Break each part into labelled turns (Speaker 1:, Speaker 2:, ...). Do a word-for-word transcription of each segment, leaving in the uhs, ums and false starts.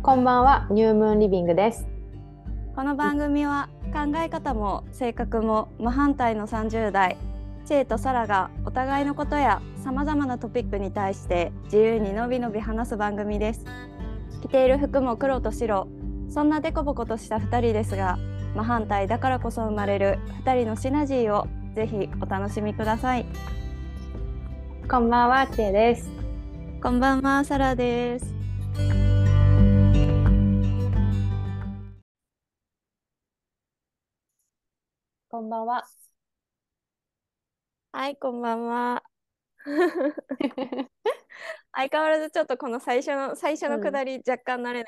Speaker 1: こんばんは、ニュームーンリビングです。
Speaker 2: この番組は考え方も性格も真反対のさんじゅう代、チェイとサラがお互いのことやさまざまなトピックに対して自由にのびのび話す番組です。着ている服も黒と白、そんなデコボコとしたふたりですが、真反対だからこそ生まれるふたりのシナジーをぜひお楽しみください。
Speaker 1: こんばんは、チェです。
Speaker 2: こんばんは、サラです。
Speaker 1: こんばんは。
Speaker 2: はい、こんばんは。相変わらずちょっとこの最初の最初のくだり、うん、若干慣れない。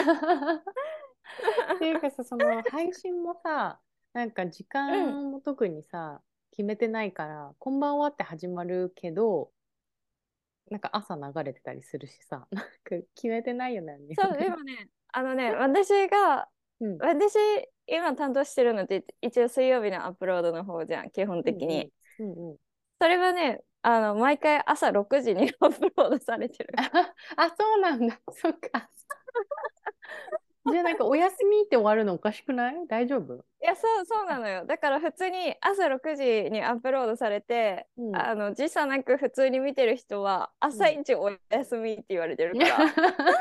Speaker 1: っていうかさ、その配信もさ、なんか時間も特にさ、うん、決めてないから、こんばんはって始まるけど、なんか朝流れてたりするしさ、なんか決めてないよね。
Speaker 2: そう、でもね、あのね、私が、うん、私、今担当してるのって一応水曜日のアップロードの方じゃん、基本的に。うんうんうんうん、それはね、あの毎回朝ろくじにアップロードされてる。
Speaker 1: あ、そうなんだ。そっか。じゃあなんかお休みって終わるのおかしくない？大丈夫？
Speaker 2: いや、そうそうなのよ。だから普通に朝ろくじにアップロードされて、うん、あの時差なく普通に見てる人は朝一お休みって言われてるから。うん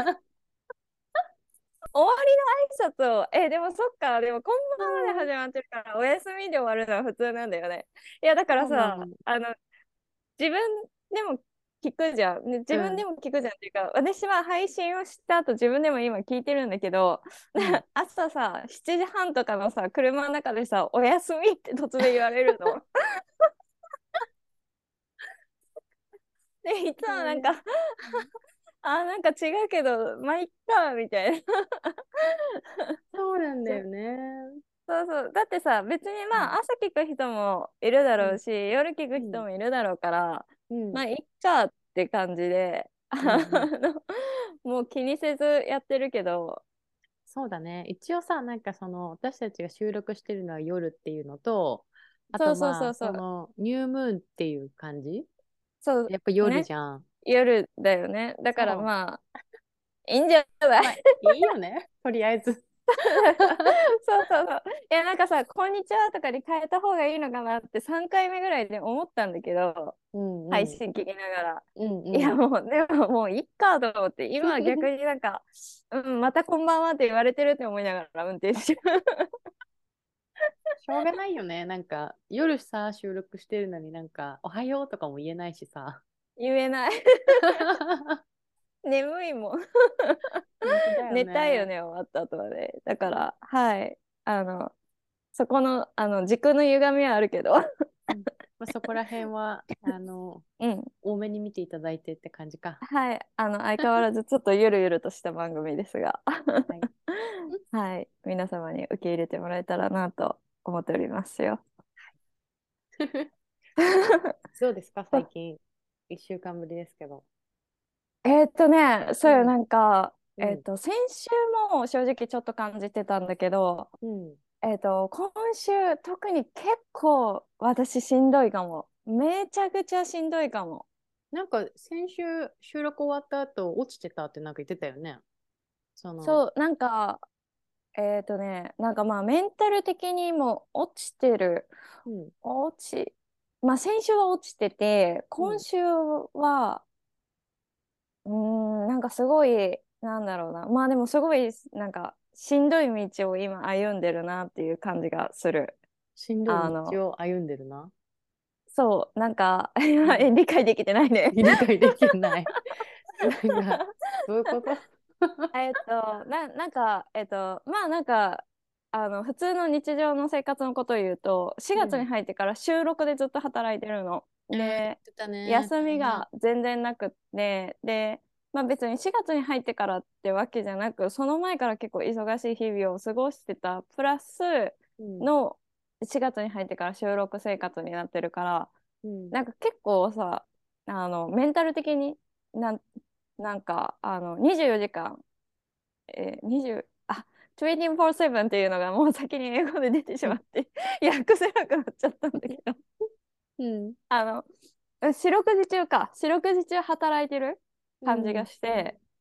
Speaker 2: 終わりの挨拶を、え、でもそっか、でもこんばんはで始まってるから、お休みで終わるのは普通なんだよね。いや、だからさ、あの、自分でも聞くじゃん。自分でも聞くじゃんっていうか、うん、私は配信をした後、自分でも今聞いてるんだけど、うん、朝さ、しちじはんとかのさ、車の中でさ、お休みって突然言われるの。で、いつもなんか、あ、なんか違うけど、まあ、いっか、みたいな。
Speaker 1: そうなんだよね。
Speaker 2: そうそう。だってさ、別にまあ、朝聞く人もいるだろうし、うん、夜聞く人もいるだろうから、うん、まあ、いっかって感じで、うんうん、もう気にせずやってるけど。
Speaker 1: そうだね。一応さ、なんかその、私たちが収録してるのは夜っていうのと、あとまあ、その、ニュームーンっていう感じ？
Speaker 2: そう、
Speaker 1: やっぱ夜
Speaker 2: ね、
Speaker 1: じゃん。
Speaker 2: 夜だよね。だからまあ、いいんじゃない？
Speaker 1: まあ、いいよね。とりあえず。
Speaker 2: そうそうそう。いや、なんかさ、こんにちはとかに変えた方がいいのかなってさんかいめぐらいで思ったんだけど、うんうん、配信聞きながら。うんうん、いや、もう、でももういっかと思って、今は逆になんか、うん、またこんばんはって言われてるって思いながら運転してる。
Speaker 1: しょうがないよね。なんか、夜さ、収録してるのになんか、おはようとかも言えないしさ。
Speaker 2: 言えない。眠いもん。
Speaker 1: 本当だよね。
Speaker 2: 寝たいよね、終わった後はね。だから、はい。あの、そこの、あの、軸の歪みはあるけど。
Speaker 1: うんまあ、そこら辺は、あの、うん、多めに見ていただいてって感じか。
Speaker 2: はい。あの、相変わらずちょっとゆるゆるとした番組ですが。はい。はい。皆様に受け入れてもらえたらなと思っておりますよ。
Speaker 1: どうですか、最近。いっしゅうかんぶりですけど。
Speaker 2: えーっとね、そうよ、
Speaker 1: うん、
Speaker 2: なんか、
Speaker 1: うん、
Speaker 2: えーっと、先週も正直ちょっと感じてたんだけど、うん、えーっと、今週、特に結構私しんどいかも。めちゃくちゃしんどいかも。
Speaker 1: なんか、先週収録終わった後、落ちてたってなんか言ってたよね。その、
Speaker 2: そう、なんか、えーっとね、なんかまあ、メンタル的にも落ちてる。うん、落ち、まあ、先週は落ちてて、今週は、うーん、なんかすごい、なんだろうな。まあでもすごい、なんか、しんどい道を今歩んでるなっていう感じがする。
Speaker 1: しんどい
Speaker 2: あの、
Speaker 1: 道を歩んでるな。
Speaker 2: そう、なんか、
Speaker 1: うん、
Speaker 2: 理解できてないね。
Speaker 1: 理解できない。なんか、どういうこと？
Speaker 2: えっと、な、なんか、えっと、まあなんか、あの、普通の日常の生活のことを言うと、しがつに入ってから週ろくでずっと働いてるの。
Speaker 1: うん、言っ
Speaker 2: で、
Speaker 1: てたね。
Speaker 2: 休みが全然なくって、で、まあ別にしがつに入ってからってわけじゃなく、その前から結構忙しい日々を過ごしてた、プラスのしがつに入ってから週ろく生活になってるから、うん、なんか結構さ、あの、メンタル的になん、なんか、あの、にじゅうよじかん、えー、にじゅう、あ、にじゅうよじかんななっていうのがもう先に英語で出てしまって訳せなくなっちゃったんだけどうん、あの四六時中か四六時中働いてる感じがして、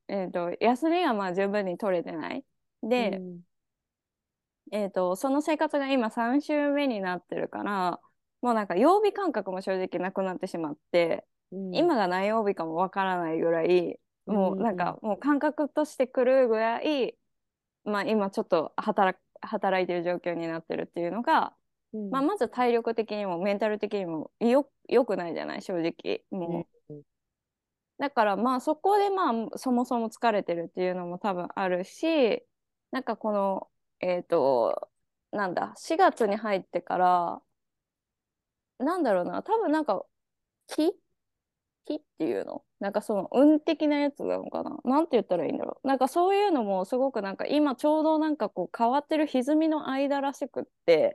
Speaker 2: えっと、休みがまあ十分に取れてない。で、
Speaker 1: うん。
Speaker 2: えっと、その生活が今さん週目になってるから、もうなんか曜日感覚も正直なくなってしまって、
Speaker 1: うん。
Speaker 2: 今が何曜日かもわからないぐらい、
Speaker 1: う
Speaker 2: もうなん
Speaker 1: ん。
Speaker 2: かもう感覚としてくるぐらい、まあ今ちょっと働く、働いてる状況になってるっていうのが、まあ
Speaker 1: うん。
Speaker 2: まず体力的にもメンタル的にもよ、良くないじゃない、正直。
Speaker 1: うん。
Speaker 2: もう。だからまあそこでまあそもそも疲れてるっていうのも多分あるし、なんかこの、えっと、なんだ、しがつに入ってから、なんだろうな、多分なんか気気っていうのなんかその運的なやつなのかななんて言ったらいいんだろう。なんかそういうのもすごくなんか今ちょうどなんかこう変わってる歪みの間らしくって、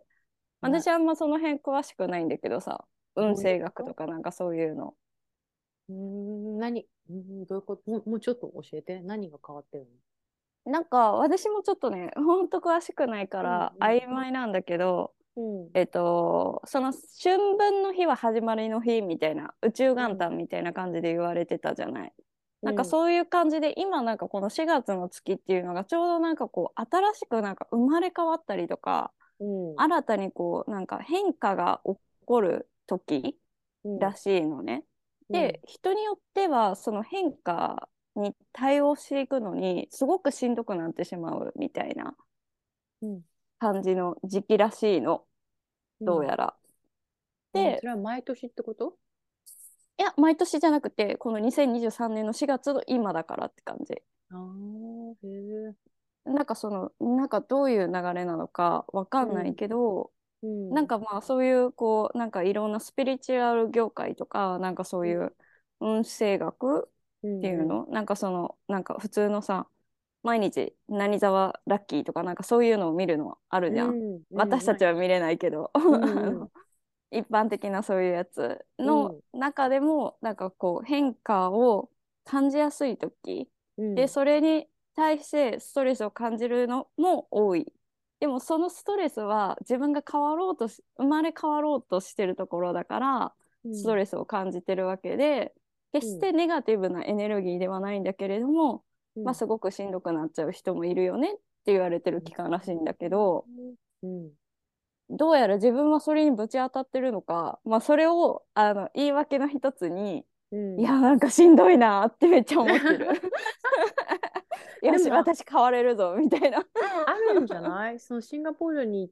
Speaker 1: な、
Speaker 2: 私あんまその辺詳しくないんだけどさ、運
Speaker 1: どういう
Speaker 2: 勢学
Speaker 1: こと？
Speaker 2: とかなんかそういうの。
Speaker 1: うーん、何、うん、どういうこと？もう、もうちょっと教えて。何が変わってる
Speaker 2: なんか私もちょっとね、ほんと詳しくないか
Speaker 1: の？
Speaker 2: ら
Speaker 1: うん
Speaker 2: 曖昧なんだけど、
Speaker 1: うん。
Speaker 2: えっと、その春分の日は始まりの日みたいな、宇宙元
Speaker 1: うん。
Speaker 2: 旦みたいな感じで言われてたじゃない。なんか
Speaker 1: うん。
Speaker 2: そういう感じで、今なんかこのしがつの月っていうのがちょうどなんかこう新しくなんか生まれ変わったりとか、
Speaker 1: うん。
Speaker 2: 新たにこうなんか変化が起こる時
Speaker 1: うん。
Speaker 2: らしいのね。
Speaker 1: うん。
Speaker 2: で、人によってはその変化に対応していくのにすごくしんどくなってしまうみたいな
Speaker 1: うん。
Speaker 2: 感じの時期らしいの、
Speaker 1: うん。
Speaker 2: どうやら。
Speaker 1: うん。そ
Speaker 2: で、
Speaker 1: れは毎年ってこと？
Speaker 2: いや、毎年じゃなくて、このにせんにじゅうさんねんのしがつの今だからって感じ。
Speaker 1: ああー、へえ。
Speaker 2: なんかその、なんかどういう流れなのかわかんない
Speaker 1: うん。
Speaker 2: けど、
Speaker 1: うん。
Speaker 2: なんかまあそういうこう、なんかいろんなスピリチュアル業界とか、なんかそう
Speaker 1: うん。
Speaker 2: いう運勢学
Speaker 1: うん。
Speaker 2: っていう
Speaker 1: うん。
Speaker 2: の、なんかその、なんか普通のさ、毎日何座はラッキーとかなんかそういうのを見るのある
Speaker 1: う
Speaker 2: じゃん。
Speaker 1: ん。うん。
Speaker 2: 私た
Speaker 1: 毎日。
Speaker 2: ちは見れないけど。
Speaker 1: う
Speaker 2: あ
Speaker 1: ん。うん。
Speaker 2: の一般的なそういうやつの
Speaker 1: うん。
Speaker 2: 中でもなんかこう変化を感じやすい時で、
Speaker 1: うん。
Speaker 2: それに対してストレスを感じるのも多い。でもそのストレスは自分が変わろうとし生まれ変わろうとしてるところだからスト
Speaker 1: うん。
Speaker 2: レスを感じてるわけで、決し
Speaker 1: うん。
Speaker 2: てネガティブなエネルギーではないんだけれども、まあ、
Speaker 1: うん。
Speaker 2: すごくしんどくなっちゃう人もいるよねって言われてる期間らしいんだけど、
Speaker 1: うん。
Speaker 2: どうやら自分はそれにぶち当たってるのか、まあ、それをあの言い訳の一つに、
Speaker 1: うん。
Speaker 2: いや、なんかしんどいなってめっちゃ思ってる。よし、
Speaker 1: でも、
Speaker 2: 私変われるぞ、みたいな。
Speaker 1: あるんじゃない？そのシンガポールに行って、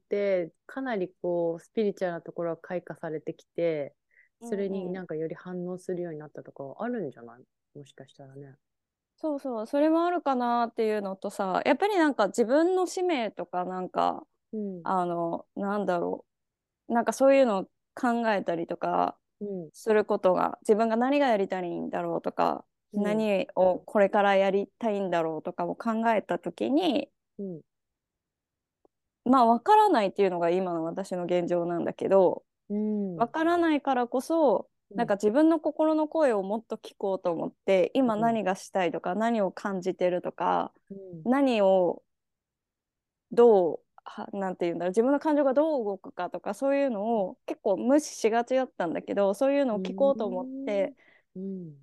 Speaker 1: かなりこう、スピリチュアルなところが開花されてきて、それに
Speaker 2: うんうん。
Speaker 1: なんかより反応するようになったとかあるんじゃない？もしかしたらね。
Speaker 2: そうそう、それもあるかなっていうのとさ、やっぱりなんか自分の使命とかなんか、
Speaker 1: うん。
Speaker 2: あの、なんだろう、なんかそういうのを考えたりとか
Speaker 1: うん。
Speaker 2: することが、自分が何がやりたいんだろうとか、
Speaker 1: うん。
Speaker 2: 何をこれからやりたいんだろうとかを考えた時に、
Speaker 1: うん。
Speaker 2: まあ、わからないっていうのが今の私の現状なんだけど、
Speaker 1: うん。
Speaker 2: わからないからこそ、
Speaker 1: うん。
Speaker 2: なんか自分の心の声をもっと聞こうと思って、今
Speaker 1: うん。
Speaker 2: 何がしたいとか、何を感じてるとか、
Speaker 1: うん。
Speaker 2: 何をどう、はなんていうんだろう、自分の感情がどう動くかとか、そういうのを結構無視しがちだったんだけど、そういうの
Speaker 1: う
Speaker 2: を聞こうと思っ
Speaker 1: ん。
Speaker 2: て、
Speaker 1: うん。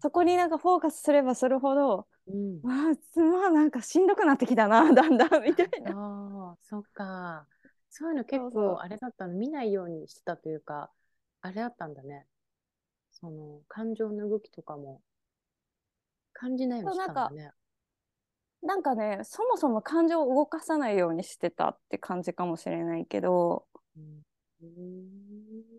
Speaker 2: そこになんかフォーカスすればするほど、
Speaker 1: うん。
Speaker 2: まあ、まあなんかしんどくなってきたな、だんだんみたいな。
Speaker 1: ああ、そっか。そういうの結構
Speaker 2: そうそう。
Speaker 1: あれだったの、見ないようにしてたというか、あれだったんだね。その感情の動きとかも感じないようにし
Speaker 2: そうなんか
Speaker 1: てたんだね。
Speaker 2: なんかね、そもそも感情を動かさないようにしてたって感じかもしれないけど、
Speaker 1: うん。うん。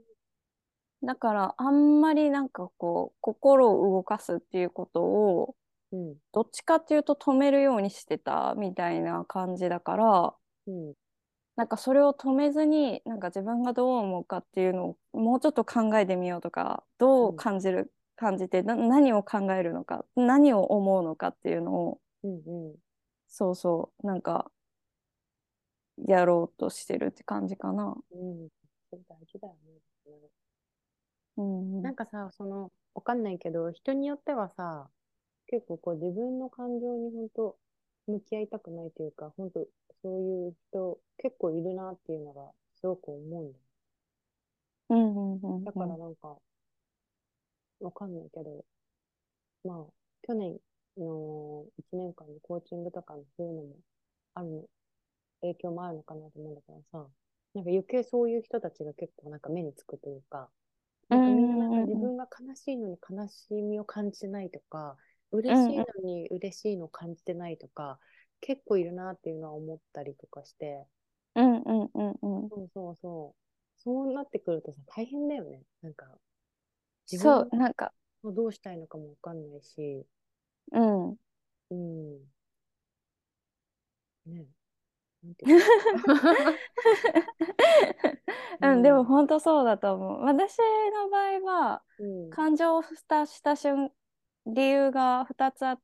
Speaker 2: だからあんまりなんかこう、心を動かすっていうことを、
Speaker 1: うん。
Speaker 2: どっちかっていうと止めるようにしてたみたいな感じだから、
Speaker 1: うん。
Speaker 2: なんかそれを止めずに、なんか自分がどう思うかっていうのをもうちょっと考えてみようとか、どう
Speaker 1: うん。
Speaker 2: 感じる、感じて、な何を考えるのか、何を思うのかっていうのを、
Speaker 1: うん。うん。
Speaker 2: そうそう、なんかやろうとしてるって感じかな。
Speaker 1: うん。それ大事だよね。
Speaker 2: うんうん。
Speaker 1: なんかさ、その、わかんないけど、人によってはさ、結構こう自分の感情に本当向き合いたくないというか、本当そういう人結構いるなっていうのがすごく思うんだよ。
Speaker 2: うんうんうん
Speaker 1: だ
Speaker 2: うん。
Speaker 1: からなんか、わかんないけど、まあ、去年のいちねんかんのコーチングとかのそういうのもあるの、影響もあるのかなと思うんだけどさ、なんか余計そういう人たちが結構なんか目につくというか、
Speaker 2: う
Speaker 1: なんかみんななんか
Speaker 2: んうん
Speaker 1: 自分が悲しいのに悲しみを感じてないとか、嬉しい
Speaker 2: うんうん
Speaker 1: のに嬉しいのを感じてないとか、結構いるなっていうのは思ったりとかして、
Speaker 2: うんうんうんうん。
Speaker 1: そうそうそう。そうなってくるとさ、大変だよね。なんか自分
Speaker 2: そう、なんか、
Speaker 1: をどうしたいのかもわかんないし、
Speaker 2: うん。
Speaker 1: うん、ね、なんて言ったらいいの。う
Speaker 2: うん、でも
Speaker 1: ん、
Speaker 2: 本当そうだと思う。私の場合は、
Speaker 1: うん、
Speaker 2: 感情を蓋した瞬理由がふたつあって、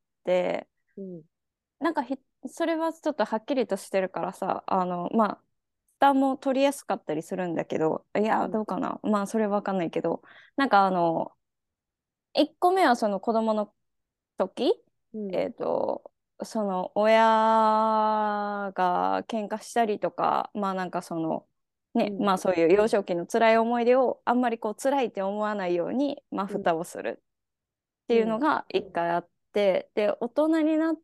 Speaker 1: うん、
Speaker 2: なんかひそれはちょっとはっきりとしてるからさ、あの、まあ、負担も取りやすかったりするんだけど、いや、
Speaker 1: うん、
Speaker 2: どうかな。まあ、それわかんないけど、なんかあの、いっこめはその子供の時、
Speaker 1: うん、
Speaker 2: えっと、その親が喧嘩したりとか、まあなんかその、ね、
Speaker 1: うん、
Speaker 2: まあそういう幼少期の辛い思い出をあんまりこう辛いって思わないように、まあ
Speaker 1: うん、
Speaker 2: 蓋をするっていうの
Speaker 1: うん、
Speaker 2: が一回あって、で、大人になって、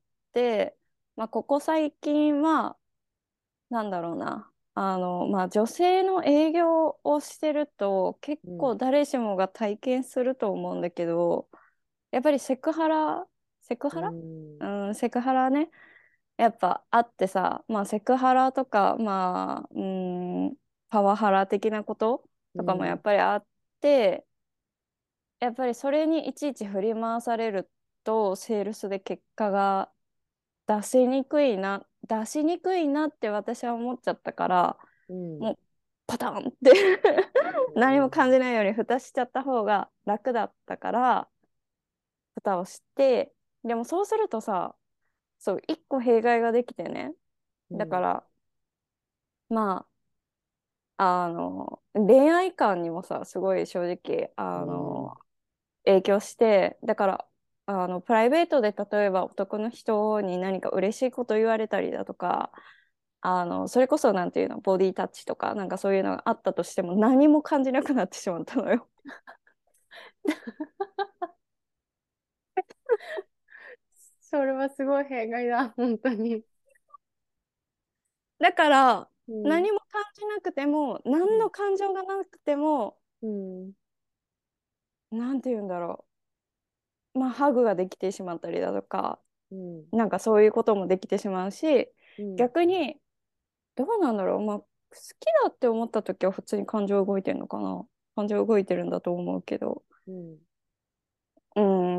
Speaker 2: まあここ最近は、なんだろうな、あの、まあ女性の営業をしてると結
Speaker 1: うん、
Speaker 2: 構誰しもが体験すると思うんだけど、やっぱりセクハラ、セク
Speaker 1: う
Speaker 2: ハラ
Speaker 1: ん、
Speaker 2: うん、セクハラね。やっぱあってさ、まあセクハラとか、まあ、うん、パワハラ的なこととかもやっ
Speaker 1: うん、
Speaker 2: ぱりあって、やっぱりそれにいちいち振り回されると、セールスで結果が出しにくいな、出しにくいなって私は思っちゃったから、
Speaker 1: うん、
Speaker 2: もうパタンって何も感じないように蓋しちゃった方が楽だったから、蓋をして、でもそうするとさ、そう、一個弊害ができてね。
Speaker 1: うん、
Speaker 2: だから、まあ、あの、恋愛観にもさ、すごい正直、
Speaker 1: う
Speaker 2: あの、
Speaker 1: ん、
Speaker 2: 影響して、だから、あの、プライベートで例えば男の人に何か嬉しいこと言われたりだとか、あの、それこそなんていうの、ボディタッチとか、なんかそういうのがあったとしても何も感じなくなってしまったのよ。
Speaker 1: それはすごい弊害だ、本当に。
Speaker 2: だから、
Speaker 1: うん、
Speaker 2: 何も感じなくても、何の感情がなくても、
Speaker 1: うん、
Speaker 2: なんて言うんだろう。まあ、ハグができてしまったりだとか、
Speaker 1: うん、
Speaker 2: なんかそういうこともできてしまうし、
Speaker 1: うん、
Speaker 2: 逆に、どうなんだろう。まあ、好きだって思った時は普通に感情動いてるのかな。感情動いてるんだと思うけど。
Speaker 1: うん。
Speaker 2: うん、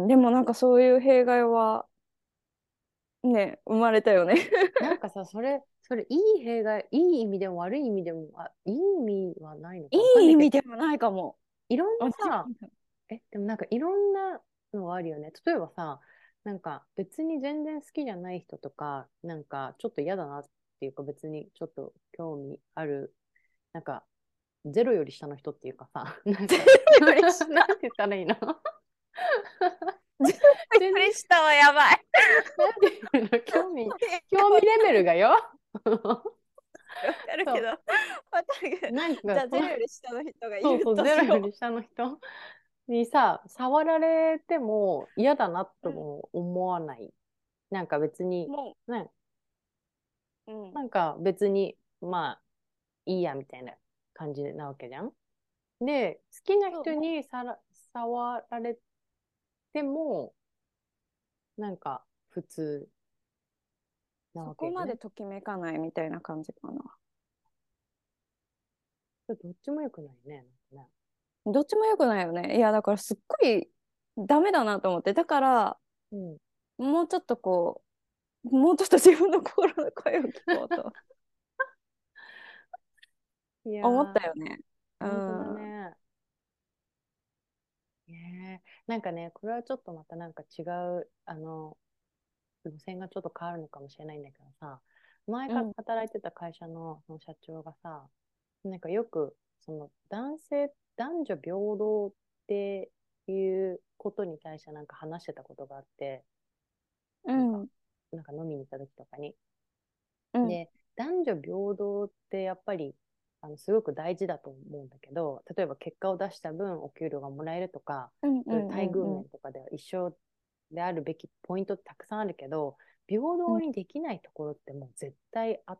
Speaker 2: でもなんかそういう弊害はね、生まれたよね。
Speaker 1: なんかさ、それ、それいい弊害、いい意味でも悪い意味でも、あ、いい意味はないの
Speaker 2: い
Speaker 1: かわかんないけど、
Speaker 2: い意味でもないかも。
Speaker 1: いろんな
Speaker 2: 私
Speaker 1: さ、え、でもなんかいろんなのがあるよね。例えばさ、なんか別に全然好きじゃない人とか、なんかちょっと嫌だなっていうか別にちょっと興味ある、なんかゼロより下の人っていうかさ、なんか、なんて言ったらいいの。全然、
Speaker 2: クリスタはやばい。
Speaker 1: なんていうの、興味、興味
Speaker 2: わ
Speaker 1: レベルがよ。
Speaker 2: かるけど、
Speaker 1: そ
Speaker 2: わかるけど、
Speaker 1: う。なん
Speaker 2: じゃあ
Speaker 1: かその、
Speaker 2: ゼロより下の人がいる
Speaker 1: そうそう、ゼロ
Speaker 2: としよ
Speaker 1: より下の人にさ、触られても嫌だな
Speaker 2: う。うん、
Speaker 1: とも思わない。なんか別に、
Speaker 2: も
Speaker 1: ね、
Speaker 2: う、うん、
Speaker 1: なんか別に、まあ、いいやみたいな感じなわけじゃん。で、好きな
Speaker 2: そう、もう
Speaker 1: 人にさら触られても、なんか普通な
Speaker 2: そこまで
Speaker 1: わけよね。
Speaker 2: ときめかないみたいな感じかな。
Speaker 1: どっちもよくないね。なんかね。
Speaker 2: どっちも良くないよね。いや、だからすっごいダメだなと思って。だから、
Speaker 1: うん。
Speaker 2: もうちょっとこう、もうちょっと自分の心の声を聞こうと
Speaker 1: いや
Speaker 2: 思った
Speaker 1: ー、
Speaker 2: よね。う
Speaker 1: 本当だ
Speaker 2: ん。
Speaker 1: ね。ねえ、なんかね、これはちょっとまたなんか違う、あの、路線がちょっと変わるのかもしれないんだけどさ、前から
Speaker 2: うん。
Speaker 1: 働いてた会社の、その社長がさ、なんかよく、その男性、男女平等っていうことに対してなんか話してたことがあって、なんか、
Speaker 2: うん。
Speaker 1: なんか飲みに行った時とかに。
Speaker 2: うん。
Speaker 1: で、男女平等ってやっぱり、あのすごく大事だと思うんだけど、例えば結果を出した分お給料がもらえるとか、
Speaker 2: うん。う
Speaker 1: そういう待遇
Speaker 2: ん。うん。
Speaker 1: 面とかでは一緒であるべきポイントってたくさんあるけど、平等にできないところってもう絶対あって、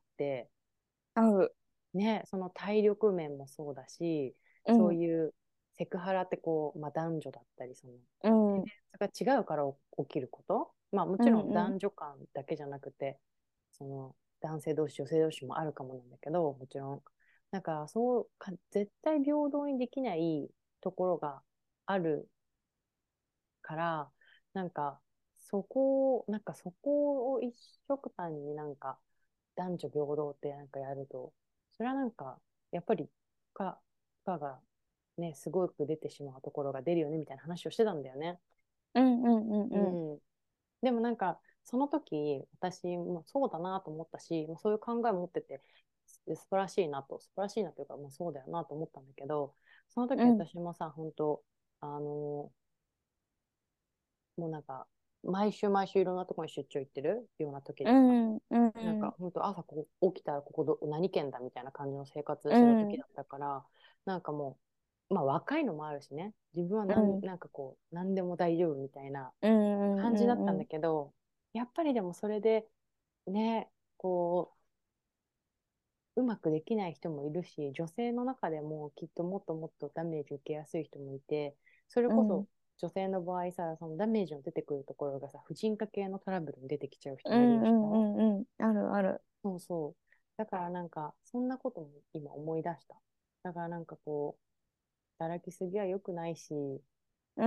Speaker 2: 合う。
Speaker 1: ね、その体力面もそうだし、
Speaker 2: うん。
Speaker 1: そういうセクハラってこう、まあ、男女だったり、その、
Speaker 2: うん。うん。
Speaker 1: それが違うから起きること、まあもちろん
Speaker 2: うん。
Speaker 1: 男女間だけじゃなくて、その男性同士、女性同士もあるかもなんだけど、もちろん、なんかそうか、絶対平等にできないところがあるから、なんか、そこを、なんかそこを一色単になんか男女平等ってなんかやると、それはなんか、やっぱり、か、かがね、すごく出てしまうところが出るよねみたいな話をしてたんだよね。
Speaker 2: うんうんうん
Speaker 1: う
Speaker 2: うん。
Speaker 1: ん。でもなんか、その時、私もそうだなと思ったし、もうそういう考えを持ってて、す素晴らしいなと、素晴らしいなというか、もうそうだよなと思ったんだけど、その時
Speaker 2: うん
Speaker 1: 私もさ、本当あのもうなんか、毎週毎週いろんなところに出張行ってるような時でさ、
Speaker 2: うんうんうん
Speaker 1: なんか本当朝ここ起きたらここど何県だみたいな感じの生活
Speaker 2: う
Speaker 1: してた時
Speaker 2: ん
Speaker 1: だったから、なんかもう、まあ若いのもあるしね、自分はなん
Speaker 2: うん
Speaker 1: なんかこう、何でも大丈夫みたいな
Speaker 2: うん
Speaker 1: 感じだったんだ
Speaker 2: うん
Speaker 1: けど、やっぱりでもそれでね、こう、うまくできない人もいるし、女性の中でもきっともっともっとダメージ受けやすい人もいて、それこそ
Speaker 2: うん
Speaker 1: 女性の場合さ、そのダメージの出てくるところがさ、婦人科系のトラブルに出てきちゃう人
Speaker 2: うんう
Speaker 1: もいるでしょ。
Speaker 2: んうんうん。あるある。
Speaker 1: そうそう。だからなんか、そんなことも今思い出した。だからなんかこう、働きすぎは良くないし、
Speaker 2: うん。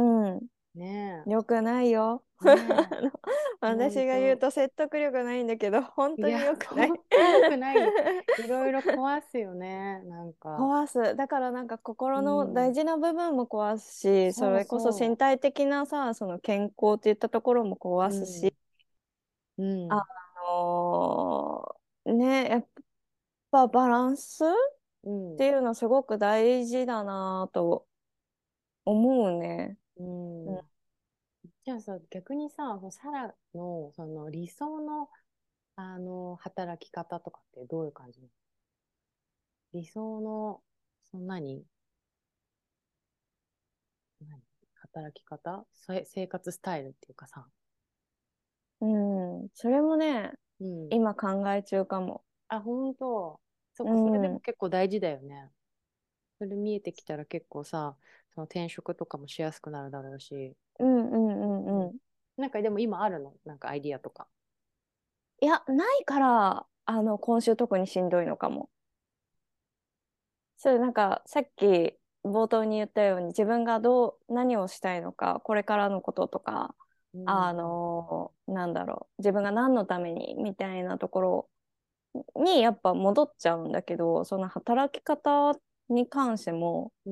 Speaker 1: ね
Speaker 2: よくないよ。
Speaker 1: え、ね
Speaker 2: あの
Speaker 1: え、ほん
Speaker 2: 私が言う
Speaker 1: と。
Speaker 2: と説得力ないんだけど、本当に
Speaker 1: いや、
Speaker 2: よくない。
Speaker 1: 本当良くない。いろいろ壊すよね、なんか。
Speaker 2: 壊す。だからなんか
Speaker 1: う
Speaker 2: 心の大
Speaker 1: ん。
Speaker 2: 事な部分も壊すし、そ
Speaker 1: そう
Speaker 2: れこそ身
Speaker 1: そ
Speaker 2: 体的なさ、その健康っていったところも
Speaker 1: う。
Speaker 2: 壊すし、
Speaker 1: うん。う
Speaker 2: あ
Speaker 1: ん。
Speaker 2: のーね、やっぱバランスっ
Speaker 1: うん。
Speaker 2: ていうのすごく大事だなと思うね。
Speaker 1: う
Speaker 2: うん、
Speaker 1: ん。じゃあさ、逆にさ、そのサラのその理想の、あの働き方とかってどういう感じなの？理想の、そんなに、何働き方せ生活スタイルっていうかさ。
Speaker 2: うん、それもね、
Speaker 1: うん。
Speaker 2: 今考え中かも。
Speaker 1: あ、本当。そっ
Speaker 2: う
Speaker 1: か、それでも
Speaker 2: ん、
Speaker 1: 結構大事だよね。それ見えてきたら結構さ、その転職とかもしやすくなるだろうし。
Speaker 2: うんうんう
Speaker 1: うん。
Speaker 2: んうん。
Speaker 1: なんかでも今あるのなんかアイディアとか。
Speaker 2: いや、ないから、あの、今週特にしんどいのかも。それなんか、さっき冒頭に言ったように、自分がどう、何をしたいのか、これからのこととか、
Speaker 1: うん。
Speaker 2: あの、なんだろう、自分が何のためにみたいなところにやっぱ戻っちゃうんだけど、その働き方に関しても、
Speaker 1: うん。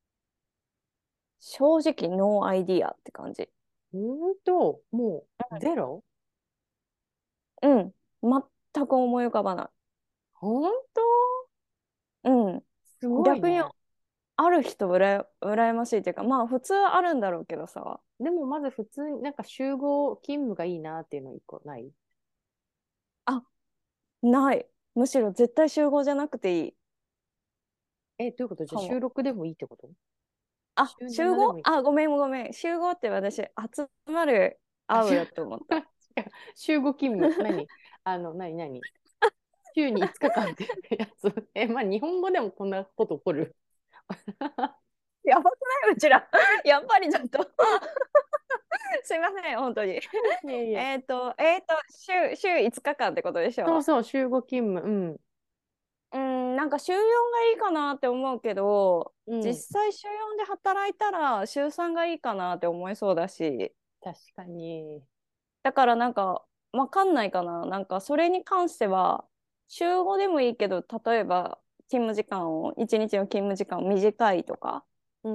Speaker 2: 正直ノーアイディアって感じ。
Speaker 1: 本当もうゼロ？
Speaker 2: うん、全く思い浮かばな
Speaker 1: 本当？
Speaker 2: い。うん。
Speaker 1: すごい
Speaker 2: 逆に
Speaker 1: ね。
Speaker 2: ある人うらや、羨ましいっていうか、まあ普通あるんだろうけどさ、
Speaker 1: でもまず普通になんか集合勤務がいいなっていうの一個ない？
Speaker 2: あ、ない。むしろ絶対集合じゃなくていい
Speaker 1: え、どういうこと？じゃあ
Speaker 2: かも。
Speaker 1: 収録でもいいってこと？
Speaker 2: あ、
Speaker 1: 週
Speaker 2: 集
Speaker 1: ななでもいい？
Speaker 2: 合あ、ごめんごめん。集合って私、集まる
Speaker 1: あ、週、
Speaker 2: 会うだと思った。
Speaker 1: 違う週ご勤務。何あの、何何週にいつかかんってやつ。え、まあ日本語でもこんなこと起こる。
Speaker 2: やばくないうちら。やっぱりちょっとすいません、本当に。
Speaker 1: いやいや。
Speaker 2: えっと、えっと、週、週いつかかんってことでしょ？
Speaker 1: そうそう、週ご勤務。うん。
Speaker 2: うん、なんか週よんがいいかなって思うけど、
Speaker 1: うん。
Speaker 2: 実際週よんで働いたら週さんがいいかなって思いそうだし、
Speaker 1: 確かに。
Speaker 2: だからなんか、わかんないかな。なんかそれに関しては、週ごでもいいけど、例えば勤務時間を、いちにちの勤務時間を短いとか、
Speaker 1: うん。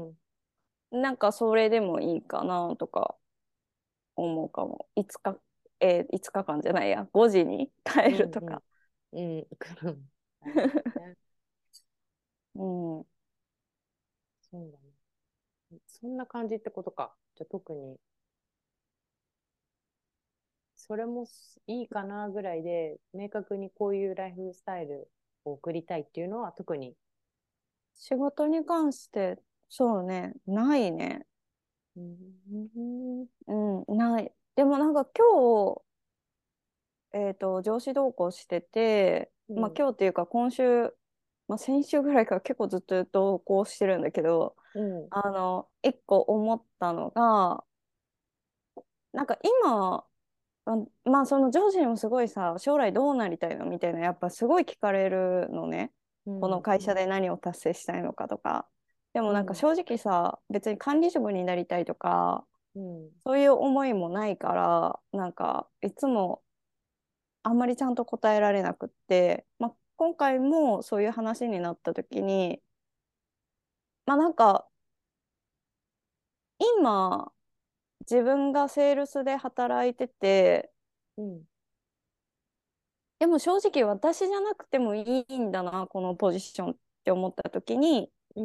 Speaker 1: うん
Speaker 2: なんかそれでもいいかなとか思うかも。いつか、えー、いつかかんじゃないや、ごじに帰
Speaker 1: うん。
Speaker 2: るとか。
Speaker 1: うん。なるほどね。
Speaker 2: うん。
Speaker 1: そうだね。そんな感じってことか。じゃあ特に、それもいいかなぐらいで、明確にこういうライフスタイルを送りたいっていうのは特に。
Speaker 2: 仕事に関して、そうね、ないね。
Speaker 1: うん。
Speaker 2: うん、ない。でもなんか今日、えっと、上司同行してて、まあ
Speaker 1: うん。
Speaker 2: 今日っていうか今週、まあ先週ぐらいから結構ずっと同行してるんだけど、
Speaker 1: うん。
Speaker 2: あの、一個思ったのが、なんか今、あまあその上司にもすごいさ、将来どうなりたいのみたいな、やっぱすごい聞かれるのね。この
Speaker 1: うん。
Speaker 2: 会社で何を達成したいのかとか。でも
Speaker 1: うん。
Speaker 2: なんか正直さ、別に管理職になりたいとか、
Speaker 1: うん。
Speaker 2: そういう思いもないから、なんかいつもあんまりちゃんと答えられなくって、まあ、今回もそういう話になった時に、まあなんか今自分がセールスで働いてて、
Speaker 1: うん。
Speaker 2: でも正直私じゃなくてもいいんだな、このポジションって思った時に、
Speaker 1: うん。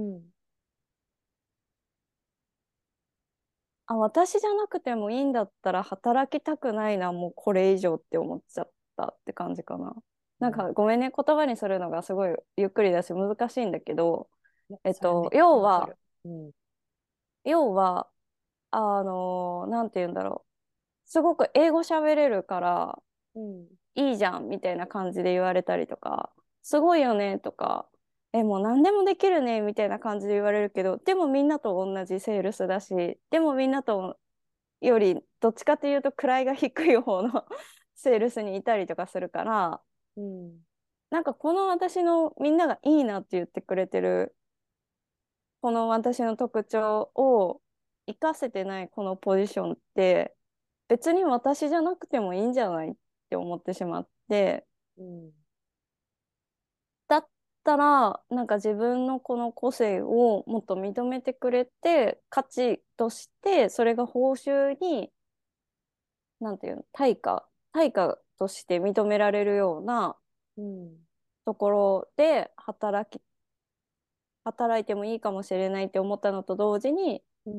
Speaker 2: あ、私じゃなくてもいいんだったら働きたくないな、もうこれ以上って思っちゃったって感じかな。なんかごめんね、言葉にするのがすごいゆっくりだし難しいんだけど、
Speaker 1: いや、
Speaker 2: えっと、
Speaker 1: それめっちゃ
Speaker 2: 要は、
Speaker 1: わかる。うん。
Speaker 2: 要は、あのーなんて言うんだろう。すごく英語喋れるから
Speaker 1: うん。
Speaker 2: いいじゃんみたいな感じで言われたりとか、すごいよねとか、え、もう何でもできるねみたいな感じで言われるけど、でもみんなと同じセールスだし、でもみんなとよりどっちかというと位が低い方のセールスにいたりとかするから、
Speaker 1: うん。
Speaker 2: なんかこの私のみんながいいなって言ってくれてるこの私の特徴を活かせてないこのポジションって別に私じゃなくてもいいんじゃないって思ってしまって、
Speaker 1: うん。
Speaker 2: だったらなんか自分のこの個性をもっと認めてくれて価値としてそれが報酬になんていうの対価対価として認められるような
Speaker 1: うん。
Speaker 2: ところで働き働いてもいいかもしれないって思ったのと同時に、
Speaker 1: うん。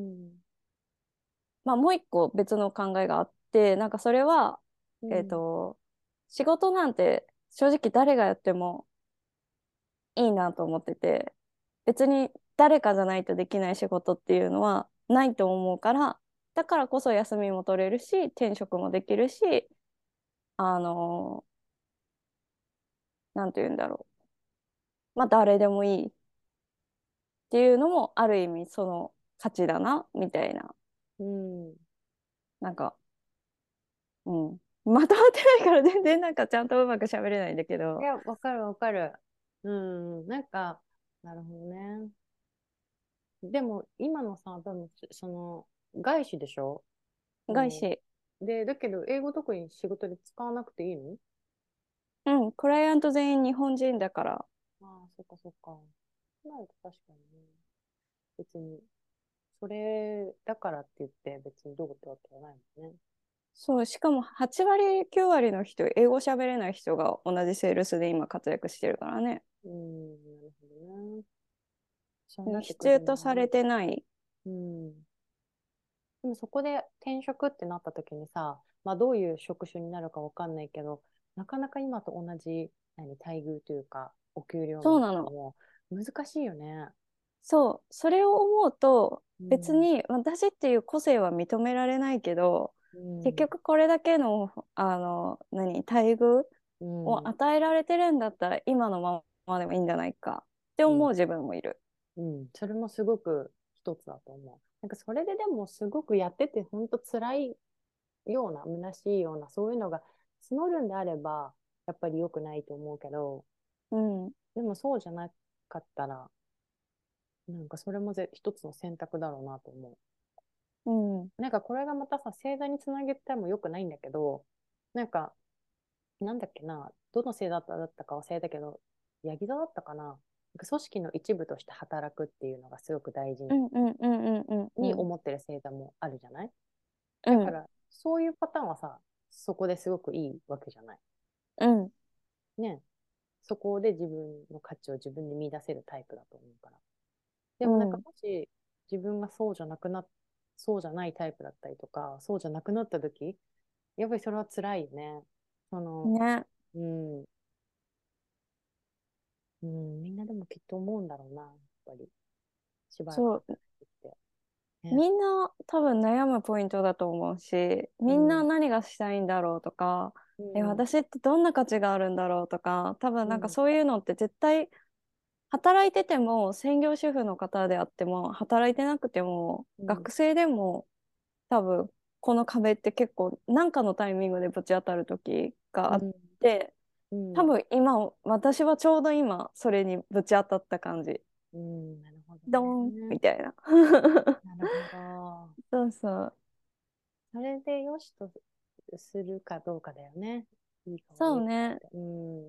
Speaker 2: まあ、もう一個別の考えがあって、なんかそれは、えっ
Speaker 1: うん。
Speaker 2: と、仕事なんて正直誰がやってもいいなと思ってて、別に誰かじゃないとできない仕事っていうのはないと思うから、だからこそ休みも取れるし、転職もできるし、あの、なんて言うんだろう。まあ誰でもいいっていうのもある意味その価値だな、みたいな。
Speaker 1: うん。
Speaker 2: なんか、うん。まとまってないから全然なんかちゃんとうまく喋れないんだけど、
Speaker 1: いや、わかるわかる。うん。なんか、なるほどね。でも、今のさ、多分、その、外資でしょ？その、
Speaker 2: 外資。
Speaker 1: で、だけど、英語特に仕事で使わなくていいの？
Speaker 2: うん、クライアント全員日本人だから。
Speaker 1: ああ、そっかそっか。なると確かにね。別に、それだからって言って別にどうってわけはないもんね。
Speaker 2: そう、しかもはち割、きゅう割の人、英語喋れない人が同じセールスで今活躍してるからね。
Speaker 1: うん、なるほどね。そう
Speaker 2: うん、
Speaker 1: なってく
Speaker 2: 必要
Speaker 1: るとね。
Speaker 2: とされてない。
Speaker 1: うん。でもそこで転職ってなった時にさ、まあどういう職種になるかわかんないけど、なかなか今と同じ、何、待遇というか、お給料面
Speaker 2: そうなの。
Speaker 1: とかも難しいよね。
Speaker 2: そう、それを思うと、
Speaker 1: うん。
Speaker 2: 別に私っていう個性は認められないけど、結
Speaker 1: うん。
Speaker 2: 局これだけの、あの、何、待遇
Speaker 1: うん。
Speaker 2: を与えられてるんだったら、今のままでもいいんじゃないかって
Speaker 1: うん。
Speaker 2: 思う自分もいる。
Speaker 1: うん。それもすごく一つだと思う。なんかそれででもすごくやってて本当辛いような、虚しいような、そういうのが募るんであれば、やっぱり良くないと思うけど、
Speaker 2: うん、
Speaker 1: でもそうじゃなかったら、なんかそれもぜ一つの選択だろうなと思
Speaker 2: うん、
Speaker 1: う。なんかこれがまたさ、星座につなげても良くないんだけど、なんか、なんだっけな、どの星座だったか忘れたけど、ヤギ座だったかな。なんか組織の一部として働くっていうのがすごく大事
Speaker 2: うん、うん、うん、うん、うん、
Speaker 1: に思ってる星座もあるじゃない？
Speaker 2: うん、
Speaker 1: だから、そういうパターンはさ、そこですごくいいわけじゃない。
Speaker 2: うん、
Speaker 1: ね。そこで自分の価値を自分で見出せるタイプだと思うから。で
Speaker 2: う
Speaker 1: もなんか
Speaker 2: ん、
Speaker 1: もし自分がそうじゃなくな、そうじゃないタイプだったりとか、そうじゃなくなった時、やっぱりそれは辛いよね。その、
Speaker 2: ね、
Speaker 1: うん、うん、みんなでもきっと思うんだろうな、やっぱり。しばらく
Speaker 2: そう、
Speaker 1: 働いてきて。 ね。
Speaker 2: みんな多分悩むポイントだと思うし、みんな
Speaker 1: うん。
Speaker 2: 何がしたいんだろうとか、え、
Speaker 1: うん。
Speaker 2: 私ってどんな価値があるんだろうとか、多分なんか
Speaker 1: うん。
Speaker 2: そういうのって絶対働いてても、専業主婦の方であっても、働いてなくても、
Speaker 1: うん。
Speaker 2: 学生でも多分この壁って結構何かのタイミングでぶち当たる時があっ
Speaker 1: うん。
Speaker 2: て、
Speaker 1: うん。
Speaker 2: 多分今、私はちょうど今それにぶち当たった感じ。
Speaker 1: うん。なるほど
Speaker 2: ドーン
Speaker 1: ね。
Speaker 2: みたいな。
Speaker 1: なるほど。
Speaker 2: そうそう。
Speaker 1: それでよしとするかどうかだよね。いいか悪いかっ
Speaker 2: そうね。
Speaker 1: て。うん。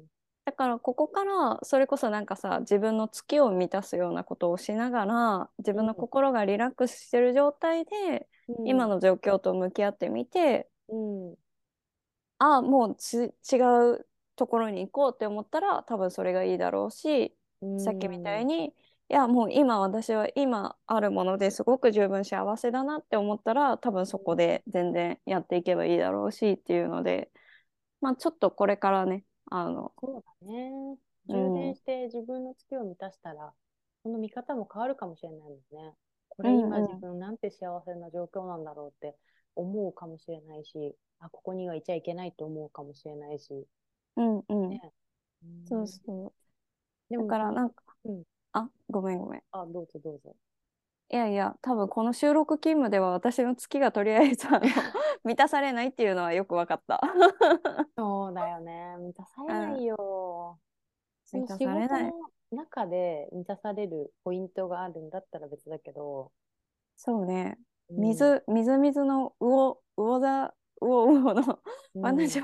Speaker 2: だからここからそれこそなんかさ、自分の月を満たすようなことをしながら、自分の
Speaker 1: うん。
Speaker 2: 心がリラックスしてる状態で
Speaker 1: うん。
Speaker 2: 今の状況と向き合ってみて、
Speaker 1: うん。
Speaker 2: ああもうち違うところに行こうって思ったら多分それがいいだろうし、
Speaker 1: う
Speaker 2: さっきみた
Speaker 1: ん。
Speaker 2: いに、いやもう今私は今あるものですごく十分幸せだなって思ったら多分そこで全然やっていけばいいだろうしっていうので、まあちょっとこれからね、あの、
Speaker 1: そうだね。
Speaker 2: うん、
Speaker 1: 充電して自分の月を満たしたら、その見方も変わるかもしれないもんね。これ
Speaker 2: うん
Speaker 1: 今自
Speaker 2: うん
Speaker 1: 分なんて幸せな状況なんだろうって思うかもしれないし、あ、ここにはいちゃいけないと思うかもしれないし。
Speaker 2: うんうん。
Speaker 1: ね。う
Speaker 2: そう
Speaker 1: ん。
Speaker 2: そう。だ
Speaker 1: でもその、
Speaker 2: からなんか、
Speaker 1: うん。
Speaker 2: あ、ごめんごめん。
Speaker 1: あ、どうぞどうぞ。
Speaker 2: いやいや、多分この収録勤務では私の月がとりあえずあの満たされないっていうのはよく分かった。
Speaker 1: そうだよね。満たさ
Speaker 2: うん、
Speaker 1: れないよ。その
Speaker 2: 満た
Speaker 1: 仕事
Speaker 2: されない。
Speaker 1: の中で満たされるポイントがあるんだったら別だけど、
Speaker 2: そうね。
Speaker 1: うん、
Speaker 2: 水、みずみずの魚、魚座、魚魚の
Speaker 1: うん、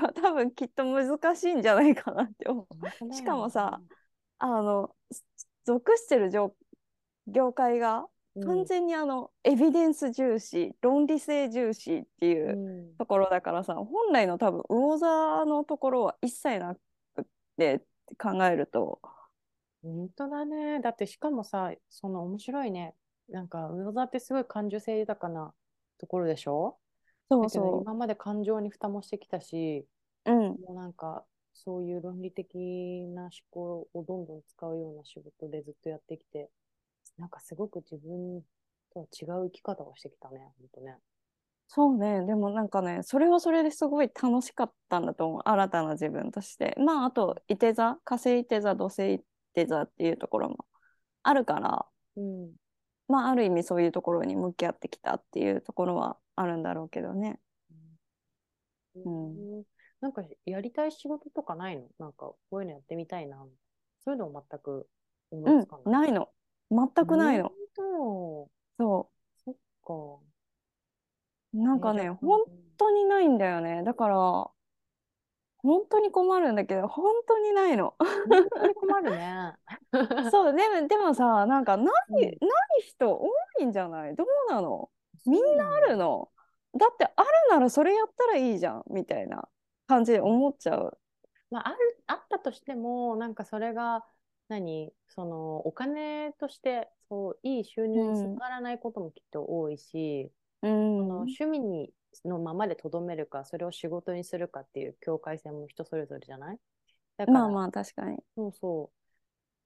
Speaker 2: 私は多分きっと難しいんじゃないかなって思う。しか
Speaker 1: 本当だよね。
Speaker 2: もさ、あの、属してる業、業界が
Speaker 1: うん、
Speaker 2: 完全にあの、エビデンス重視、論理性重視っていう
Speaker 1: うん、
Speaker 2: ところだからさ、本来の多分魚座のところは一切なくって考えると、
Speaker 1: 本当だね。だってしかもさ、その面白いね。なんか、魚座ってすごい感受性豊かなところでしょ？だけど
Speaker 2: そうそ
Speaker 1: 今まで感情に蓋もしてきたし、
Speaker 2: う。うん。
Speaker 1: もうなんか、そういう論理的な思考をどんどん使うような仕事でずっとやってきて、なんかすごく自分とは違う生き方をしてきたね、本当ね。
Speaker 2: そうね。でもなんかね、それはそれですごい楽しかったんだと思う。新たな自分として。まあ、あと、いて座、火星いて座、土星いて座っていうところもあるから、
Speaker 1: うん。
Speaker 2: まあ、ある意味そういうところに向き合ってきたっていうところはあるんだろうけどね。
Speaker 1: う
Speaker 2: うん。
Speaker 1: ん。なんかやりたい仕事とかないの？なんかこういうのやってみたいな。そういうのも全く思い
Speaker 2: うん、
Speaker 1: つかない。
Speaker 2: ないの。全くない
Speaker 1: 本
Speaker 2: の。
Speaker 1: 当。
Speaker 2: そ
Speaker 1: そっか。
Speaker 2: う。なん
Speaker 1: えーじゃあ、
Speaker 2: かね、
Speaker 1: うん、
Speaker 2: 本当にないんだよね。だから、本当に困るんだけど、本当にないの。
Speaker 1: 本当に困るね。
Speaker 2: そう、でも、でもさ、なんかない、
Speaker 1: うん。
Speaker 2: ない人多いんじゃない？どうなの？みんな
Speaker 1: そうなんだ。
Speaker 2: あるの？だってあるならそれやったらいいじゃんみたいな感じで思っちゃう。
Speaker 1: まあ、ある、あったとしても、なんかそれが、何、その、お金として、そう、いい収入につな
Speaker 2: うん。
Speaker 1: がらないこともきっと多いし、
Speaker 2: う
Speaker 1: その
Speaker 2: ん。
Speaker 1: 趣味にのままでとどめるか、それを仕事にするかっていう境界線も人それぞれじゃない？だから、
Speaker 2: まあまあ、確かに。
Speaker 1: そうそう、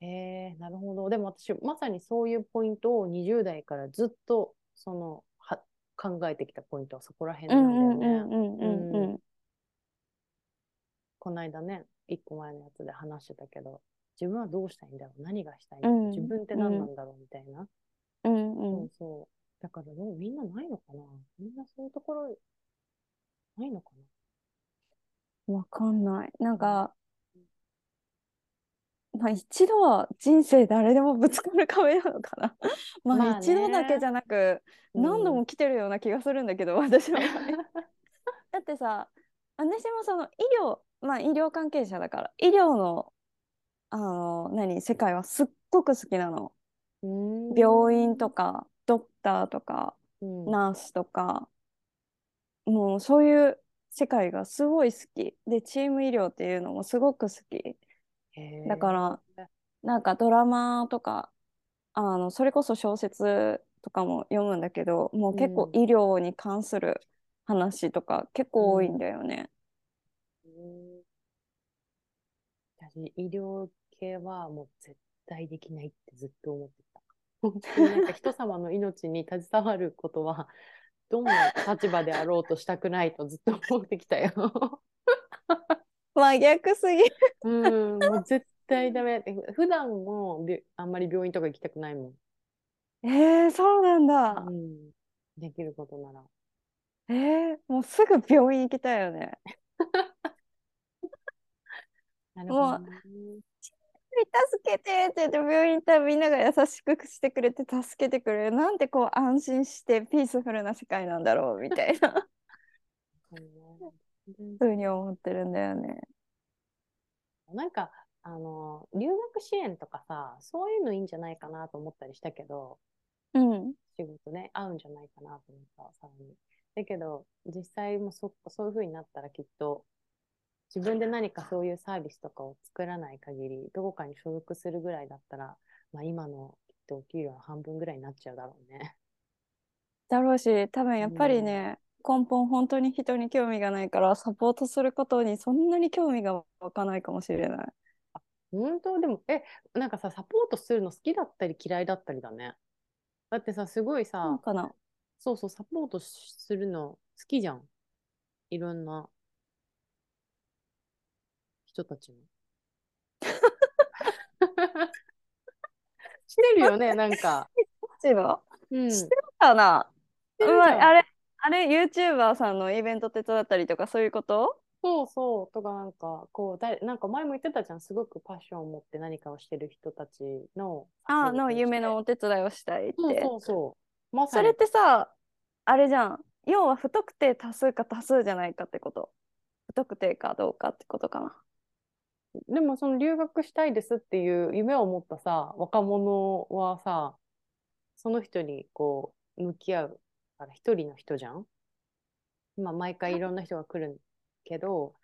Speaker 1: えー、なるほど。でも私、まさにそういうポイントをにじゅう代からずっと、その、は、考えてきたポイントはそこら辺
Speaker 2: うん
Speaker 1: なんだよ
Speaker 2: うんう
Speaker 1: ね。
Speaker 2: んうん
Speaker 1: う
Speaker 2: うんう
Speaker 1: ん。
Speaker 2: ん。
Speaker 1: この間ね、一個前のやつで話してたけど、自分はどうしたいんだろう、何がしたいんだろう、自
Speaker 2: うん
Speaker 1: 分って
Speaker 2: うん
Speaker 1: 何なんだろうみたいな。
Speaker 2: うんう
Speaker 1: そうそう。だからどう、みんなないのかな？みんなそういうところないのか
Speaker 2: ん。わかんない。なん
Speaker 1: な？
Speaker 2: か、まあ一度は人生誰でもぶつかる壁なのかな。まあ
Speaker 1: まあ
Speaker 2: 一度だけ
Speaker 1: ね。
Speaker 2: じゃなく、
Speaker 1: うん。
Speaker 2: 何度も来てるような気がするんだけど、私の場合。だってさ、私もその医療、まあ医療関係者だから、医療の、あの、何、世界はすっごく好きなの。
Speaker 1: うー
Speaker 2: 病院と
Speaker 1: ん。
Speaker 2: か、ドクターとか、
Speaker 1: うん。
Speaker 2: ナースとか、もうそういう世界がすごい好き。で、チーム医療っていうのもすごく好き。
Speaker 1: へ
Speaker 2: だから、
Speaker 1: え。
Speaker 2: なんかドラマとか、あの、それこそ小説とかも読むんだけど、もう
Speaker 1: うん。
Speaker 2: 結構医療に関する話とか結構多いん
Speaker 1: うん。
Speaker 2: だよね。
Speaker 1: うん。私、医療系はもう絶対できないってずっと思ってた。 本当になんか人様の命に携わることは、どんな立場であろうとしたくないとずっと思ってきたよ。
Speaker 2: 真逆すぎる。
Speaker 1: うん、もう絶対ダメ。普段もびあんまり病院とか行きたくないもん。
Speaker 2: えー、そうなん
Speaker 1: う
Speaker 2: だ。
Speaker 1: ん、できることなら。
Speaker 2: えー、もうすぐ病院行きたいよね。
Speaker 1: なるほど
Speaker 2: もう、
Speaker 1: ね。
Speaker 2: 助けてって言って病院行ったらみんなが優しくしてくれて助けてくれる。なんてこう安心してピースフルな世界なんだろうみたいな
Speaker 1: うん全
Speaker 2: ふうに
Speaker 1: 然
Speaker 2: 思ってるんだよね。
Speaker 1: なんか、あの、留学支援とかさ、そういうのいいんじゃないかなと思ったりしたけど、
Speaker 2: うん。
Speaker 1: 仕事ね、合うんじゃないかなと思った、さらに。だけど、実際もそ、そういう風になったらきっと、自分で何かそういうサービスとかを作らない限り、どこかに所属するぐらいだったら、まあ、今のきっとお給料の半分ぐらいになっちゃうだろうね。
Speaker 2: だろうし、多分
Speaker 1: う
Speaker 2: やっぱり
Speaker 1: ん。
Speaker 2: ね、根本本当に人に興味がないからサポートすることにそんなに興味が湧かないかもしれない。
Speaker 1: 本当でも、え、なんかさ、サポートするの好きだったり嫌いだったりだね。だってさ、すごいさ、
Speaker 2: そうかな。
Speaker 1: そうそう、サポートするの好きじゃん。いろんな人たちの。してるよね、なんか。
Speaker 2: 千葉
Speaker 1: うん。し
Speaker 2: してるかな。
Speaker 1: てる
Speaker 2: まあ、あ
Speaker 1: じゃん。
Speaker 2: れ、あれ、YouTuber さんのイベント手伝ったりとかそういうこと？
Speaker 1: そうそう。とか、なんか、こう、だなんか前も言ってたじゃん。すごくパッションを持って何かをしてる人たちのサポ
Speaker 2: あの
Speaker 1: ートをして。
Speaker 2: 夢のお手伝いをしたいっ
Speaker 1: そう
Speaker 2: て。
Speaker 1: そうそう。まさに。
Speaker 2: それってさ、あれじゃん。要は不特定多数か多数じゃないかってこと。不特定かどうかってことかな。
Speaker 1: でも、その留学したいですっていう夢を持ったさ、若者はさ、その人にこう、向き合うから一人の人じゃん。まあ、毎回いろんな人が来るけど、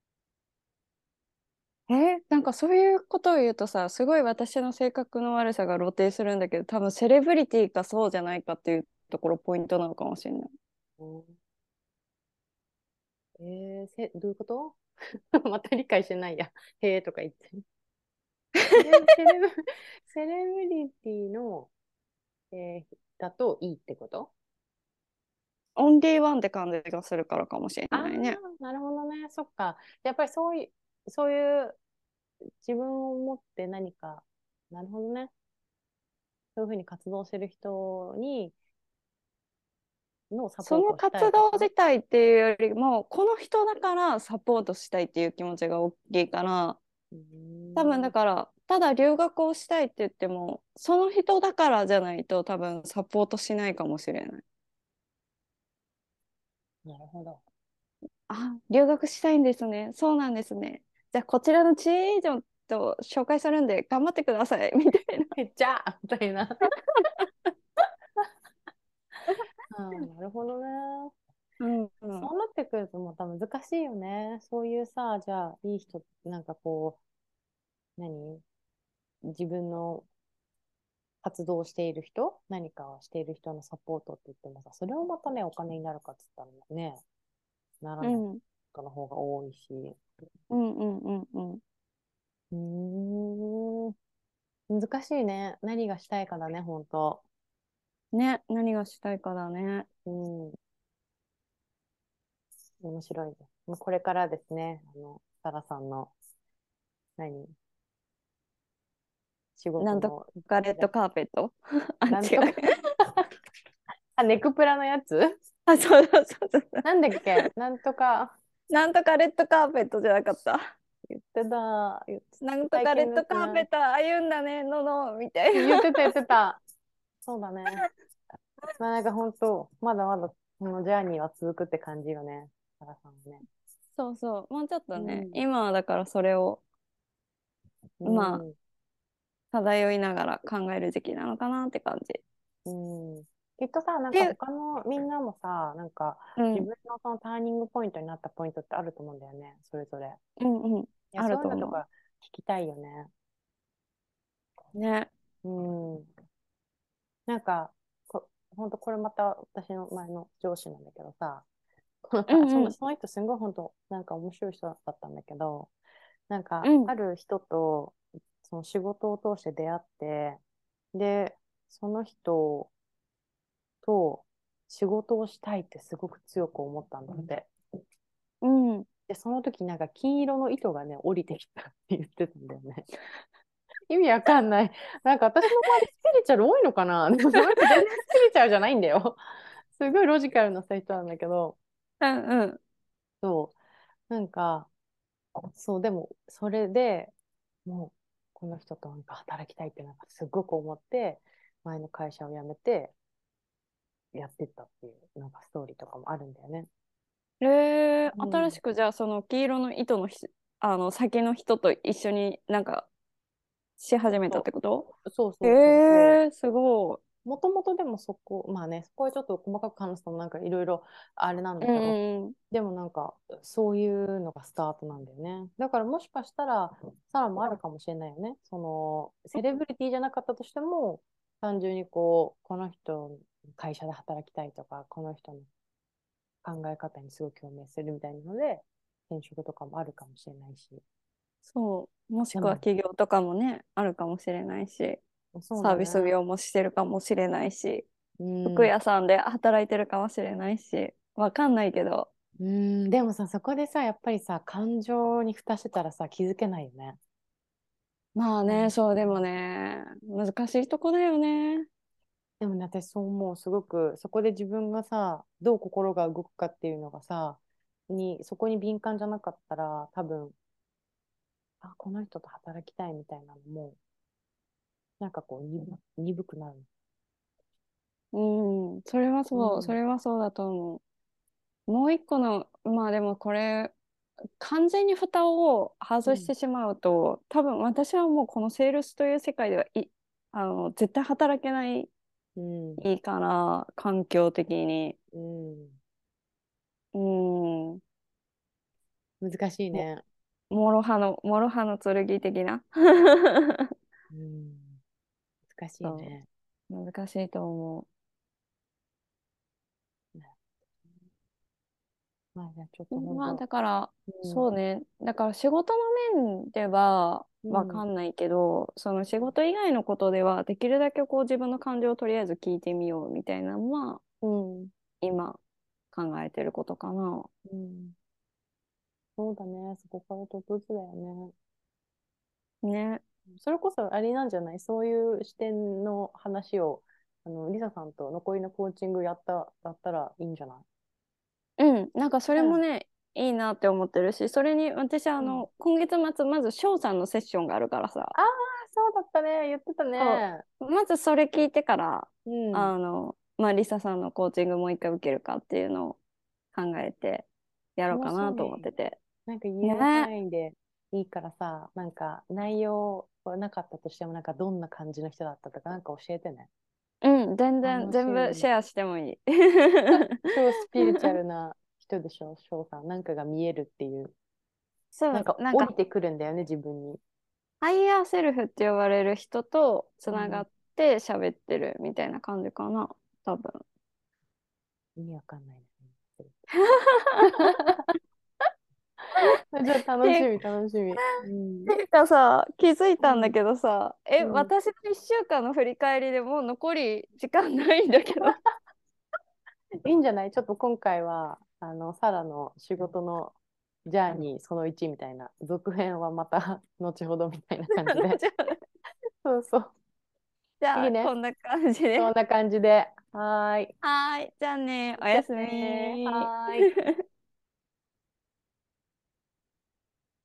Speaker 2: えーなんかそういうことを言うとさ、すごい私の性格の悪さが露呈するんだけど、多分セレブリティかそうじゃないかっていうところポイントなのかもしれない。
Speaker 1: うん、えー、せ、どういうこと？また理解してないや。へえとか言って。セレ、セレブ、セレブリティの、えーだといいってこと？
Speaker 2: オンリーワンって感じがするからかもしれ
Speaker 1: ああ
Speaker 2: ないね。
Speaker 1: ー、なるほどね。そっか。やっぱりそういう、そういう自分を持って何か、なるほどね。そういうふうに活動してる人に、のサポートをした
Speaker 2: その活
Speaker 1: いとか。
Speaker 2: 動自体っていうよりも、この人だからサポートしたいっていう気持ちが大きいから、
Speaker 1: うー
Speaker 2: 多分だ
Speaker 1: ん、
Speaker 2: から、ただ留学をしたいって言っても、その人だからじゃないと多分サポートしないかもしれない。
Speaker 1: なるほど。
Speaker 2: あ、留学したいんですね。そうなんですね。じゃあこちらの知恵エージェント紹介するんで頑張ってくださいみたいな。
Speaker 1: めっちゃみたいな。ああ、なるほどね。
Speaker 2: うんうん。
Speaker 1: そうなってくるとまた難しいよね。そういうさ、じゃあ、いい人、なんかこう、何自分の活動している人、何かをしている人のサポートって言ってもさ、それをまたね、お金になるかっつったらね、ならない
Speaker 2: うん
Speaker 1: 人の方が多いし。
Speaker 2: うんうんうんうん。
Speaker 1: うーん、難しいね。何がしたいかだね、本当。
Speaker 2: ね、何がしたいかだね。
Speaker 1: うん、面白いです。もうこれからですね、あの、サラさんの、何仕
Speaker 2: なんと
Speaker 1: 事の、
Speaker 2: かレッドカーペットあ、違
Speaker 1: なんとか
Speaker 2: う。
Speaker 1: あ、ネクプラのやつ
Speaker 2: あ、そうそうそうそう。
Speaker 1: なんだっけなんとか、
Speaker 2: なんとかレッドカーペットじゃなかった。
Speaker 1: 言ってた、言って
Speaker 2: なんと
Speaker 1: 最近
Speaker 2: かレッド
Speaker 1: のやつな。
Speaker 2: カーペット歩んだね、のの、みたいな。
Speaker 1: 言ってた、言ってた。そうだね。まあなんか本当、まだまだこのジャーニーは続くって感じよね。サラさんはね。
Speaker 2: そうそう。もうちょっとね、
Speaker 1: うん。
Speaker 2: 今はだからそれを、
Speaker 1: う
Speaker 2: まあ、
Speaker 1: ん。
Speaker 2: 漂いながら考える時期なのかなって感じ。
Speaker 1: うん。きっとさ、なんか
Speaker 2: で、
Speaker 1: 他のみんなもさ、なんか
Speaker 2: うん、
Speaker 1: 自分のそのターニングポイントになったポイントってあると思うんだよね。それぞれ。
Speaker 2: うんうん、
Speaker 1: いや、
Speaker 2: あ
Speaker 1: そ
Speaker 2: ると思
Speaker 1: ういうのとか聞きたいよね。
Speaker 2: う。ね。
Speaker 1: うん。なんか、こ、本当これまた私の前の上司なんだけどさ、この
Speaker 2: うんうん、
Speaker 1: その、その人すんごい本当、なんか面白い人だったんだけど、なんか、
Speaker 2: うん、
Speaker 1: ある人と、その仕事を通して出会って、で、 その人と仕事をしたいってすごく強く思ったんだって。
Speaker 2: うん。
Speaker 1: で、その時なんか金色の糸がね、降りてきたって言ってたんだよね。意味わかんない。なんか私の周りスピリチュアル多いのかな。でもその人全然スピリチュアルじゃないんだよ。すごいロジカルな人なんだけど、
Speaker 2: うんうん。
Speaker 1: そう、なんか、そう、でも、それでもう、この人となんか働きたいってなんかすごく思って、前の会社を辞めてやってったっていう、なんかストーリーとかもあるんだよね。
Speaker 2: えー、
Speaker 1: うん。
Speaker 2: 新しくじゃあその黄色の糸のひあの先の人と一緒になんかし始めたっ
Speaker 1: そ
Speaker 2: てこと？
Speaker 1: うそう
Speaker 2: え
Speaker 1: そうそうそ
Speaker 2: ー、すご
Speaker 1: う。もともとでもそこ、まあね、そこはちょっと細かく話すとなんかいろいろあれなん
Speaker 2: い。
Speaker 1: だけど、
Speaker 2: うん。
Speaker 1: でもなんかそういうのがスタートなんだよね。だからもしかしたらサラもあるかもしれないよね。そのセレブリティじゃなかったとしても、単純にこう、この人会社で働きたいとか、この人の考え方にすごい共鳴するみたいなので、転職とかもあるかもしれないし。
Speaker 2: そう。もしくは
Speaker 1: でも、
Speaker 2: 起業とかもね、あるかもしれないし、
Speaker 1: そうだ
Speaker 2: サービス
Speaker 1: ね。
Speaker 2: 業もしてるかもしれないし、
Speaker 1: う
Speaker 2: 服
Speaker 1: ん。
Speaker 2: 屋さんで働いてるかもしれないし、わかんないけど。
Speaker 1: うん、でもさ、そこでさ、やっぱりさ、感情に蓋してたらさ、気づけないよね。
Speaker 2: まあね、
Speaker 1: うん。
Speaker 2: そうでもね、難しいとこだよね。
Speaker 1: でもね、私そう思う。すごく、そこで自分がさ、どう心が動くかっていうのがさ、に、そこに敏感じゃなかったら、多分、あ、この人と働きたいみたいなのも、なんかこう、鈍鈍くなる。
Speaker 2: うん、それはそう、そ
Speaker 1: うん。
Speaker 2: れはそうだと思う。もう一個の、まあでもこれ、完全に蓋を
Speaker 1: うん。
Speaker 2: 外してしまうと、多分私はもうこのセールスという世界ではいあの絶対働けない
Speaker 1: うん。
Speaker 2: いいから、環境的に。
Speaker 1: うん。
Speaker 2: うん、
Speaker 1: 難しい
Speaker 2: も、
Speaker 1: ね。
Speaker 2: 諸刃の、諸刃の剣的な。
Speaker 1: うん。難しい
Speaker 2: そ
Speaker 1: ね。
Speaker 2: う、難しいと思
Speaker 1: まあ、じゃあちょっ
Speaker 2: う。まあ
Speaker 1: と本当、
Speaker 2: だから、
Speaker 1: うん。
Speaker 2: そうね、だから仕事の面では
Speaker 1: うん。
Speaker 2: わかんないけど、その仕事以外のことでは、できるだけこう自分の感情をとりあえず聞いてみようみたいなのは、
Speaker 1: うん。
Speaker 2: 今考えてることかな。
Speaker 1: うん。そうだね。そこからちょっとずつだよね。
Speaker 2: ね。
Speaker 1: それこそあれなんじゃない？そういう視点の話を、あの、リサさんと残りのコーチングやった、やったらいいんじゃない？
Speaker 2: うん、なんかそれも
Speaker 1: うん。
Speaker 2: ね、いいなって思ってるし、それに私あ
Speaker 1: うん。
Speaker 2: の、今月末まず翔さんのセッションがあるからさ、
Speaker 1: ああ、そうだったね。言ってた
Speaker 2: そ
Speaker 1: ね。
Speaker 2: う、まずそれ聞いてから、
Speaker 1: うん。
Speaker 2: あの、まあ、リサさんのコーチングもう一回受けるかっていうのを考えてやろう
Speaker 1: 楽
Speaker 2: かなと思っ
Speaker 1: しみ。
Speaker 2: てて。
Speaker 1: なんか言える
Speaker 2: ね。
Speaker 1: 範囲でいいからさ、なんか内容はなかったとしても、なんかどんな感じの人だったとか、なんか教えてね。
Speaker 2: うん、全然、
Speaker 1: 楽し
Speaker 2: 全部シ
Speaker 1: み。
Speaker 2: ェアしてもいい。
Speaker 1: 超スピリチュアルな人でしょ、翔さん。なんかが見えるっていう。
Speaker 2: そう、
Speaker 1: なんか
Speaker 2: なんか、
Speaker 1: 降りてくるんだよね、自分に。
Speaker 2: ハイヤーセルフって呼ばれる人とつ
Speaker 1: うん。
Speaker 2: ながって喋ってるみたいな感じかな、多分。
Speaker 1: 意味わかんないですね。じゃあ楽し
Speaker 2: て
Speaker 1: み、楽しみ。うん。
Speaker 2: ていうかさ、気づい
Speaker 1: うん。
Speaker 2: たんだけどさ、え、
Speaker 1: うん。
Speaker 2: 私のいっしゅうかんの振り返りでもう残り時間ないんだけど。
Speaker 1: いいんじゃない？ちょっと今回は、あの、サラの仕事のジャーニーそのいちみたいな、続編はまた後ほどみたいな感じで。
Speaker 2: じゃあ、
Speaker 1: そうそう。
Speaker 2: じゃあ
Speaker 1: いいね。
Speaker 2: こんな感じで。
Speaker 1: そんな感じで。はーい。
Speaker 2: はーい。じゃあね、お
Speaker 1: じゃあ
Speaker 2: やす
Speaker 1: ねー。
Speaker 2: み。
Speaker 1: はーい。